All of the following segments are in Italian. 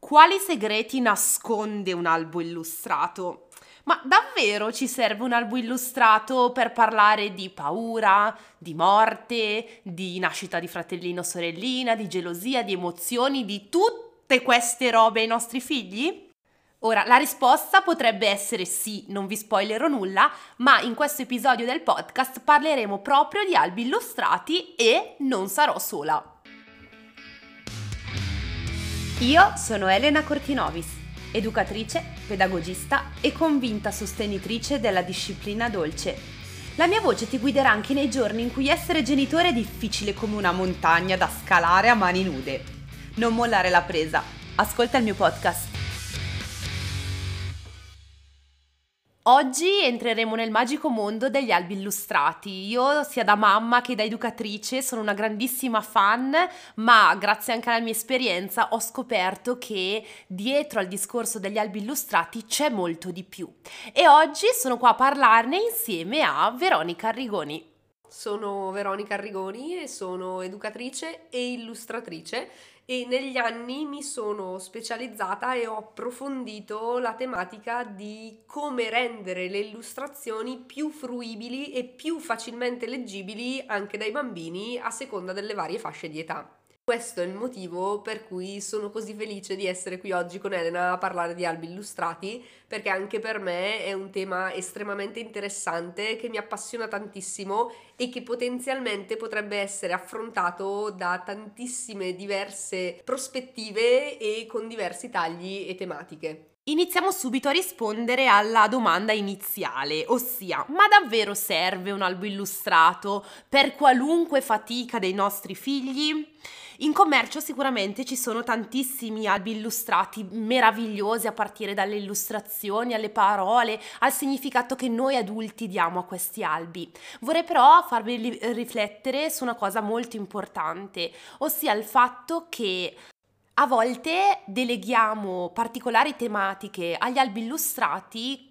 Quali segreti nasconde un albo illustrato? Ma davvero ci serve un albo illustrato per parlare di paura, di morte, di nascita di fratellino o sorellina, di gelosia, di emozioni, di tutte queste robe ai nostri figli? Ora, la risposta potrebbe essere sì, non vi spoilerò nulla, ma in questo episodio del podcast parleremo proprio di albi illustrati e non sarò sola. Io sono Elena Cortinovis, educatrice, pedagogista e convinta sostenitrice della disciplina dolce. La mia voce ti guiderà anche nei giorni in cui essere genitore è difficile come una montagna da scalare a mani nude. Non mollare la presa, ascolta il mio podcast. Oggi entreremo nel magico mondo degli albi illustrati. Io, sia da mamma che da educatrice, sono una grandissima fan, ma grazie anche alla mia esperienza ho scoperto che dietro al discorso degli albi illustrati c'è molto di più. E oggi sono qua a parlarne insieme a Veronica Arrigoni. Sono Veronica Arrigoni e sono educatrice e illustratrice e negli anni mi sono specializzata e ho approfondito la tematica di come rendere le illustrazioni più fruibili e più facilmente leggibili anche dai bambini a seconda delle varie fasce di età. Questo è il motivo per cui sono così felice di essere qui oggi con Elena a parlare di albi illustrati, perché anche per me è un tema estremamente interessante che mi appassiona tantissimo e che potenzialmente potrebbe essere affrontato da tantissime diverse prospettive e con diversi tagli e tematiche. Iniziamo subito a rispondere alla domanda iniziale, ossia, ma davvero serve un albo illustrato per qualunque fatica dei nostri figli? In commercio sicuramente ci sono tantissimi albi illustrati meravigliosi, a partire dalle illustrazioni, alle parole, al significato che noi adulti diamo a questi albi. Vorrei però farvi riflettere su una cosa molto importante, ossia il fatto che a volte deleghiamo particolari tematiche agli albi illustrati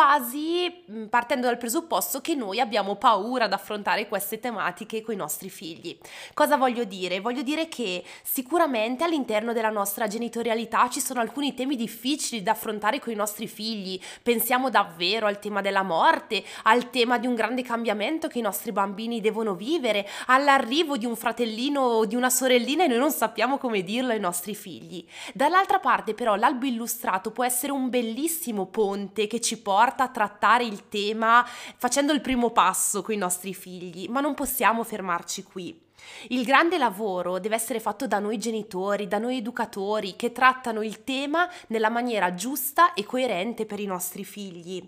quasi partendo dal presupposto che noi abbiamo paura ad affrontare queste tematiche con i nostri figli. Cosa voglio dire? Voglio dire che sicuramente all'interno della nostra genitorialità ci sono alcuni temi difficili da affrontare con i nostri figli. Pensiamo davvero al tema della morte, al tema di un grande cambiamento che i nostri bambini devono vivere, all'arrivo di un fratellino o di una sorellina e noi non sappiamo come dirlo ai nostri figli. Dall'altra parte però l'albo illustrato può essere un bellissimo ponte che ci porta a trattare il tema facendo il primo passo con i nostri figli, ma non possiamo fermarci qui. Il grande lavoro deve essere fatto da noi genitori, da noi educatori che trattano il tema nella maniera giusta e coerente per i nostri figli.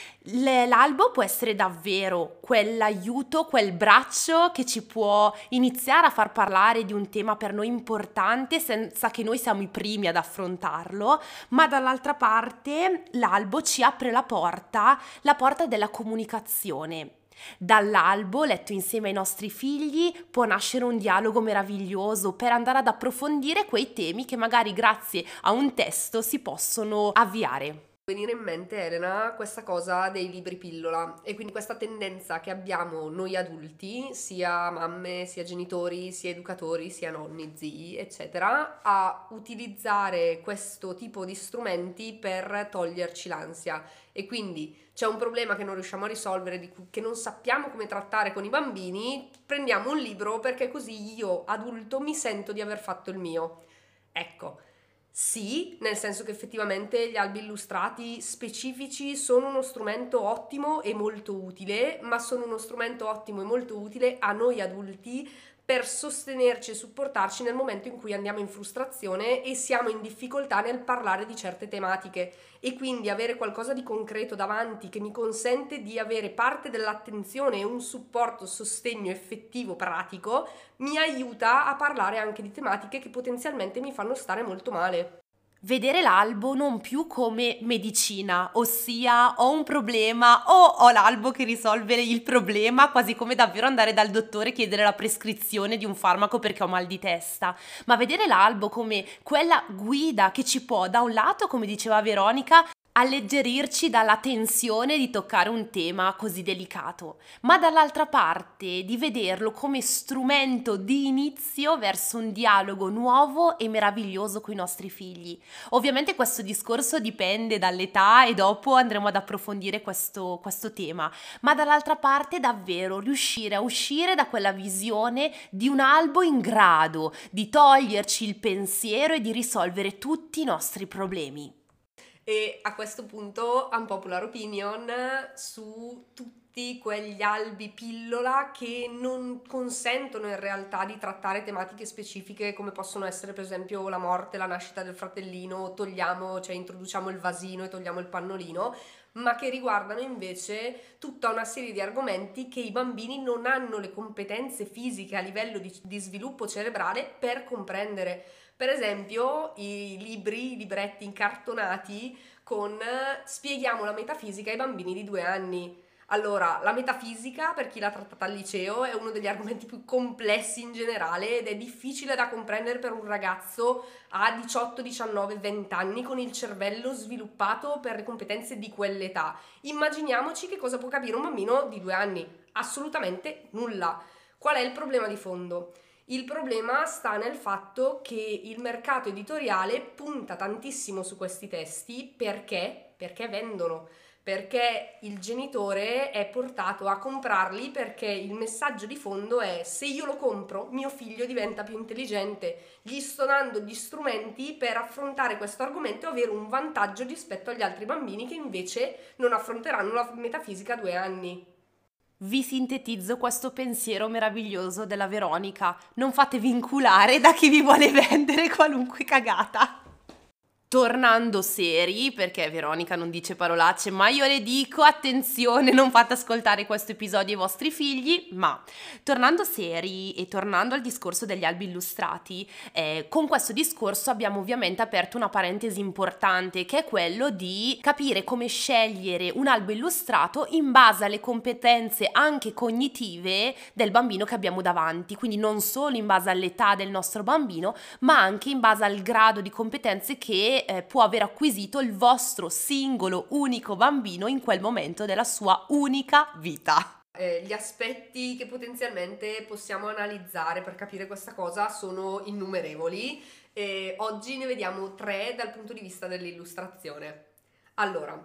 L'albo può essere davvero quell'aiuto, quel braccio che ci può iniziare a far parlare di un tema per noi importante senza che noi siamo i primi ad affrontarlo, ma dall'altra parte l'albo ci apre la porta della comunicazione. Dall'albo, letto insieme ai nostri figli, può nascere un dialogo meraviglioso per andare ad approfondire quei temi che magari grazie a un testo si possono avviare. Venire in mente, Elena, questa cosa dei libri pillola e quindi questa tendenza che abbiamo noi adulti, sia mamme, sia genitori, sia educatori, sia nonni, zii, eccetera, a utilizzare questo tipo di strumenti per toglierci l'ansia. E quindi c'è un problema che non riusciamo a risolvere, che non sappiamo come trattare con i bambini, prendiamo un libro perché così io, adulto, mi sento di aver fatto il mio. Ecco. Sì, nel senso che effettivamente gli albi illustrati specifici sono uno strumento ottimo e molto utile, ma sono uno strumento ottimo e molto utile a noi adulti per sostenerci e supportarci nel momento in cui andiamo in frustrazione e siamo in difficoltà nel parlare di certe tematiche, e quindi avere qualcosa di concreto davanti che mi consente di avere parte dell'attenzione e un supporto, sostegno effettivo, pratico, mi aiuta a parlare anche di tematiche che potenzialmente mi fanno stare molto male. Vedere l'albo non più come medicina, ossia ho un problema o ho l'albo che risolve il problema, quasi come davvero andare dal dottore e chiedere la prescrizione di un farmaco perché ho mal di testa, ma vedere l'albo come quella guida che ci può, da un lato, come diceva Veronica, alleggerirci dalla tensione di toccare un tema così delicato, ma dall'altra parte di vederlo come strumento di inizio verso un dialogo nuovo e meraviglioso con i nostri figli. Ovviamente questo discorso dipende dall'età e dopo andremo ad approfondire questo tema, ma dall'altra parte davvero riuscire a uscire da quella visione di un albo in grado di toglierci il pensiero e di risolvere tutti i nostri problemi. E a questo punto, unpopular opinion su tutti quegli albi pillola che non consentono in realtà di trattare tematiche specifiche come possono essere per esempio la morte, la nascita del fratellino, introduciamo il vasino e togliamo il pannolino, ma che riguardano invece tutta una serie di argomenti che i bambini non hanno le competenze fisiche a livello di sviluppo cerebrale per comprendere. Per esempio i libretti incartonati con spieghiamo la metafisica ai bambini di 2 anni. Allora, la metafisica, per chi l'ha trattata al liceo, è uno degli argomenti più complessi in generale ed è difficile da comprendere per un ragazzo a 18, 19, 20 anni con il cervello sviluppato per le competenze di quell'età. Immaginiamoci che cosa può capire un bambino di 2 anni. Assolutamente nulla. Qual è il problema di fondo? Il problema sta nel fatto che il mercato editoriale punta tantissimo su questi testi perché vendono, perché il genitore è portato a comprarli perché il messaggio di fondo è: se io lo compro mio figlio diventa più intelligente, gli sto dando gli strumenti per affrontare questo argomento e avere un vantaggio rispetto agli altri bambini che invece non affronteranno la metafisica a 2 anni. Vi sintetizzo questo pensiero meraviglioso della Veronica: non fatevi inculare da chi vi vuole vendere qualunque cagata. Tornando seri, perché Veronica non dice parolacce, ma io le dico attenzione, non fate ascoltare questo episodio ai vostri figli, ma tornando seri e tornando al discorso degli albi illustrati, con questo discorso abbiamo ovviamente aperto una parentesi importante, che è quello di capire come scegliere un albo illustrato in base alle competenze anche cognitive del bambino che abbiamo davanti, quindi non solo in base all'età del nostro bambino, ma anche in base al grado di competenze che può aver acquisito il vostro singolo unico bambino in quel momento della sua unica vita. Gli aspetti che potenzialmente possiamo analizzare per capire questa cosa sono innumerevoli e oggi ne vediamo 3 dal punto di vista dell'illustrazione. Allora,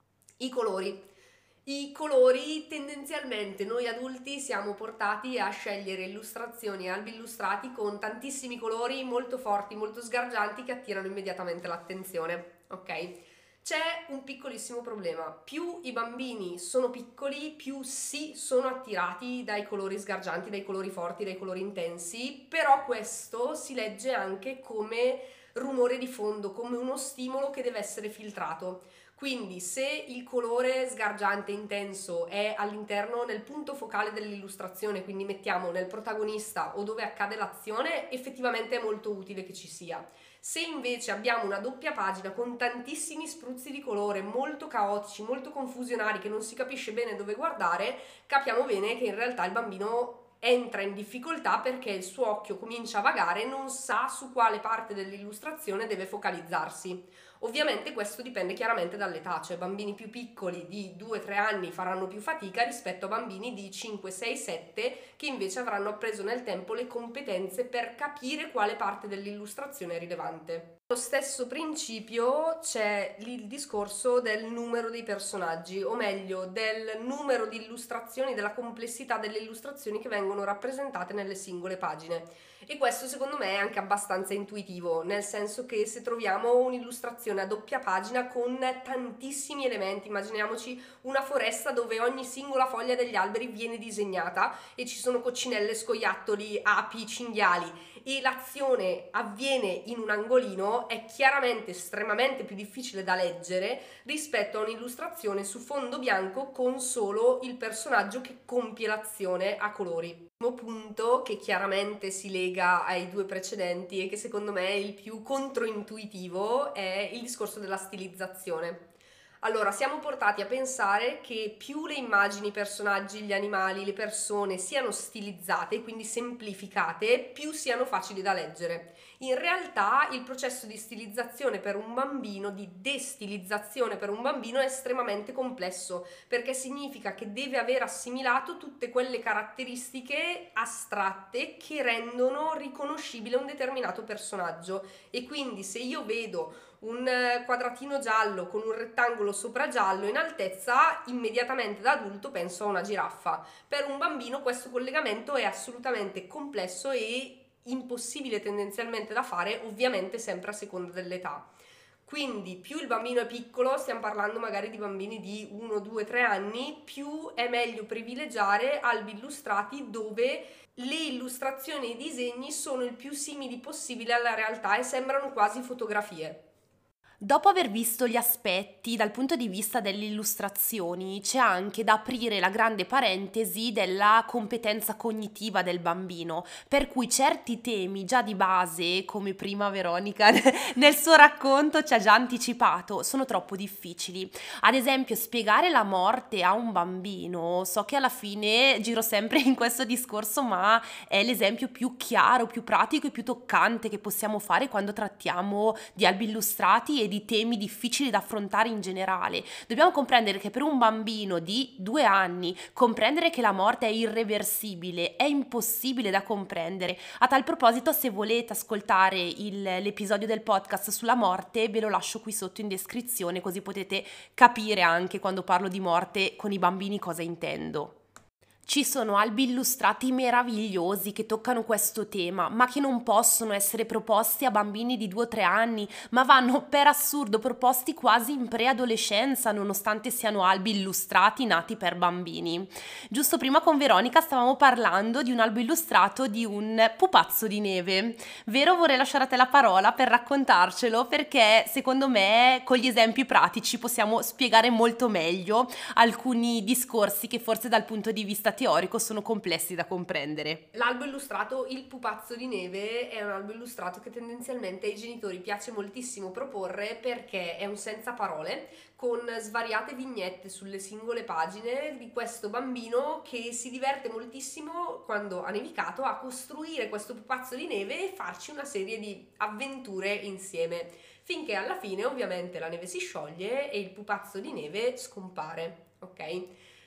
i colori. I colori, tendenzialmente noi adulti siamo portati a scegliere illustrazioni e albi illustrati con tantissimi colori molto forti, molto sgargianti che attirano immediatamente l'attenzione, ok? C'è un piccolissimo problema: più i bambini sono piccoli, più sì sono attirati dai colori sgargianti, dai colori forti, dai colori intensi, però questo si legge anche come rumore di fondo, come uno stimolo che deve essere filtrato. Quindi se il colore sgargiante intenso è all'interno, nel punto focale dell'illustrazione, quindi mettiamo nel protagonista o dove accade l'azione, effettivamente è molto utile che ci sia. Se invece abbiamo una doppia pagina con tantissimi spruzzi di colore molto caotici, molto confusionari, che non si capisce bene dove guardare, capiamo bene che in realtà il bambino entra in difficoltà perché il suo occhio comincia a vagare e non sa su quale parte dell'illustrazione deve focalizzarsi. Ovviamente questo dipende chiaramente dall'età, cioè bambini più piccoli di 2-3 anni faranno più fatica rispetto a bambini di 5, 6, 7 che invece avranno appreso nel tempo le competenze per capire quale parte dell'illustrazione è rilevante. Lo stesso principio c'è il discorso del numero dei personaggi, o meglio del numero di illustrazioni, della complessità delle illustrazioni che vengono rappresentate nelle singole pagine. E questo secondo me è anche abbastanza intuitivo, nel senso che se troviamo un'illustrazione a doppia pagina con tantissimi elementi, immaginiamoci una foresta dove ogni singola foglia degli alberi viene disegnata e ci sono coccinelle, scoiattoli, api, cinghiali, e l'azione avviene in un angolino, è chiaramente estremamente più difficile da leggere rispetto a un'illustrazione su fondo bianco con solo il personaggio che compie l'azione a colori. Il primo punto, che chiaramente si lega ai 2 precedenti e che secondo me è il più controintuitivo, è il discorso della stilizzazione. Allora, siamo portati a pensare che più le immagini, i personaggi, gli animali, le persone siano stilizzate, quindi semplificate, più siano facili da leggere. In realtà il processo di stilizzazione per un bambino, di destilizzazione per un bambino è estremamente complesso, perché significa che deve aver assimilato tutte quelle caratteristiche astratte che rendono riconoscibile un determinato personaggio. E quindi se io vedo un quadratino giallo con un rettangolo sopra giallo in altezza, immediatamente da adulto penso a una giraffa. Per un bambino questo collegamento è assolutamente complesso e impossibile tendenzialmente da fare, ovviamente sempre a seconda dell'età. Quindi più il bambino è piccolo, stiamo parlando magari di bambini di 1, 2, 3 anni, più è meglio privilegiare albi illustrati dove le illustrazioni e i disegni sono il più simili possibile alla realtà e sembrano quasi fotografie. Dopo aver visto gli aspetti dal punto di vista delle illustrazioni, c'è anche da aprire la grande parentesi della competenza cognitiva del bambino, per cui certi temi già di base, come prima Veronica nel suo racconto ci ha già anticipato, sono troppo difficili. Ad esempio, spiegare la morte a un bambino, so che alla fine giro sempre in questo discorso, ma è l'esempio più chiaro, più pratico e più toccante che possiamo fare quando trattiamo di albi illustrati e di temi difficili da affrontare in generale. Dobbiamo comprendere che per un bambino di 2 anni comprendere che la morte è irreversibile è impossibile da comprendere. A tal proposito, se volete ascoltare l'episodio del podcast sulla morte, ve lo lascio qui sotto in descrizione, così potete capire anche quando parlo di morte con i bambini cosa intendo. Ci sono albi illustrati meravigliosi che toccano questo tema, ma che non possono essere proposti a bambini di 2 o 3 anni, ma vanno per assurdo proposti quasi in preadolescenza, nonostante siano albi illustrati nati per bambini. Giusto prima con Veronica stavamo parlando di un albo illustrato di un pupazzo di neve. Vero, vorrei lasciare a te la parola per raccontarcelo, perché secondo me con gli esempi pratici possiamo spiegare molto meglio alcuni discorsi che forse dal punto di vista teorico sono complessi da comprendere. L'albo illustrato Il pupazzo di neve è un albo illustrato che tendenzialmente ai genitori piace moltissimo proporre perché è un senza parole con svariate vignette sulle singole pagine di questo bambino che si diverte moltissimo quando ha nevicato a costruire questo pupazzo di neve e farci una serie di avventure insieme, finché alla fine ovviamente la neve si scioglie e il pupazzo di neve scompare, ok?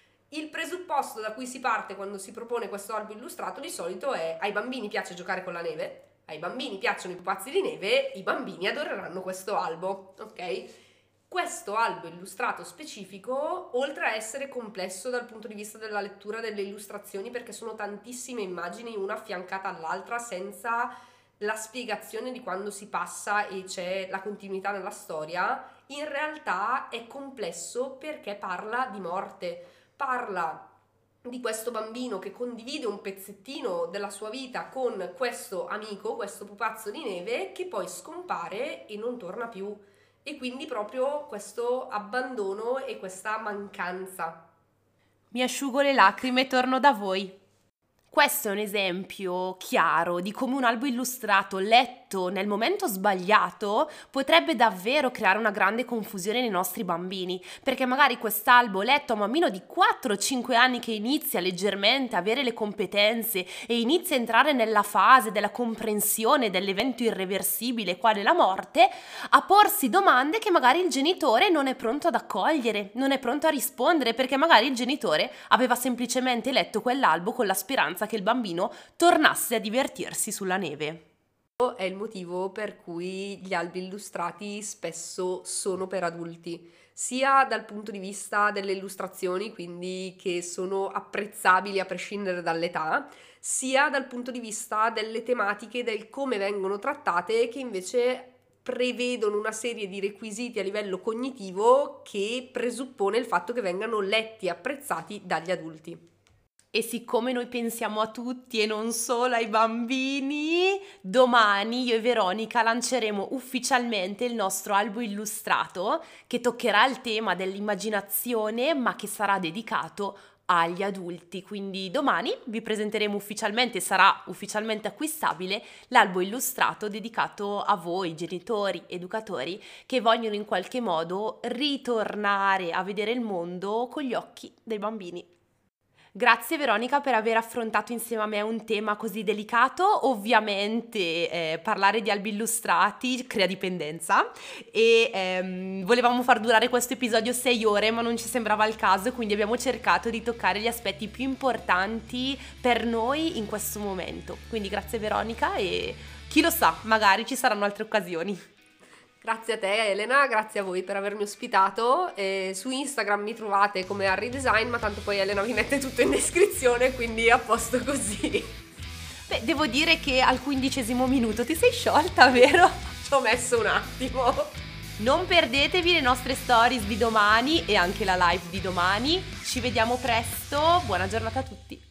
Il presupposto da cui si parte quando si propone questo albo illustrato di solito è: ai bambini piace giocare con la neve, ai bambini piacciono i pupazzi di neve, i bambini adoreranno questo albo, ok? Questo albo illustrato specifico, oltre a essere complesso dal punto di vista della lettura delle illustrazioni, perché sono tantissime immagini una affiancata all'altra senza la spiegazione di quando si passa e c'è la continuità nella storia, in realtà è complesso perché parla di morte. Parla di questo bambino che condivide un pezzettino della sua vita con questo amico, questo pupazzo di neve, che poi scompare e non torna più. E quindi proprio questo abbandono e questa mancanza. Mi asciugo le lacrime e torno da voi. Questo è un esempio chiaro di come un albo illustrato letto nel momento sbagliato potrebbe davvero creare una grande confusione nei nostri bambini, perché magari quest'albo letto a un bambino di 4-5 anni che inizia leggermente a avere le competenze e inizia a entrare nella fase della comprensione dell'evento irreversibile quale la morte, a porsi domande che magari il genitore non è pronto ad accogliere, non è pronto a rispondere, perché magari il genitore aveva semplicemente letto quell'albo con la speranza che il bambino tornasse a divertirsi sulla neve. È il motivo per cui gli albi illustrati spesso sono per adulti, sia dal punto di vista delle illustrazioni, quindi che sono apprezzabili a prescindere dall'età, sia dal punto di vista delle tematiche, del come vengono trattate, che invece prevedono una serie di requisiti a livello cognitivo che presuppone il fatto che vengano letti e apprezzati dagli adulti. E siccome noi pensiamo a tutti e non solo ai bambini, domani io e Veronica lanceremo ufficialmente il nostro albo illustrato che toccherà il tema dell'immaginazione, ma che sarà dedicato agli adulti. Quindi domani vi presenteremo ufficialmente, sarà ufficialmente acquistabile, l'albo illustrato dedicato a voi, genitori, educatori, che vogliono in qualche modo ritornare a vedere il mondo con gli occhi dei bambini. Grazie Veronica per aver affrontato insieme a me un tema così delicato. Ovviamente parlare di albi illustrati crea dipendenza e volevamo far durare questo episodio 6 ore, ma non ci sembrava il caso, quindi abbiamo cercato di toccare gli aspetti più importanti per noi in questo momento. Quindi grazie Veronica e chi lo sa, magari ci saranno altre occasioni. Grazie a te Elena, grazie a voi per avermi ospitato. Su Instagram mi trovate come Harry Design, ma tanto poi Elena vi mette tutto in descrizione, quindi è a posto così. Beh, devo dire che al 15° minuto ti sei sciolta, vero? Ci ho messo un attimo. Non perdetevi le nostre stories di domani e anche la live di domani. Ci vediamo presto, buona giornata a tutti.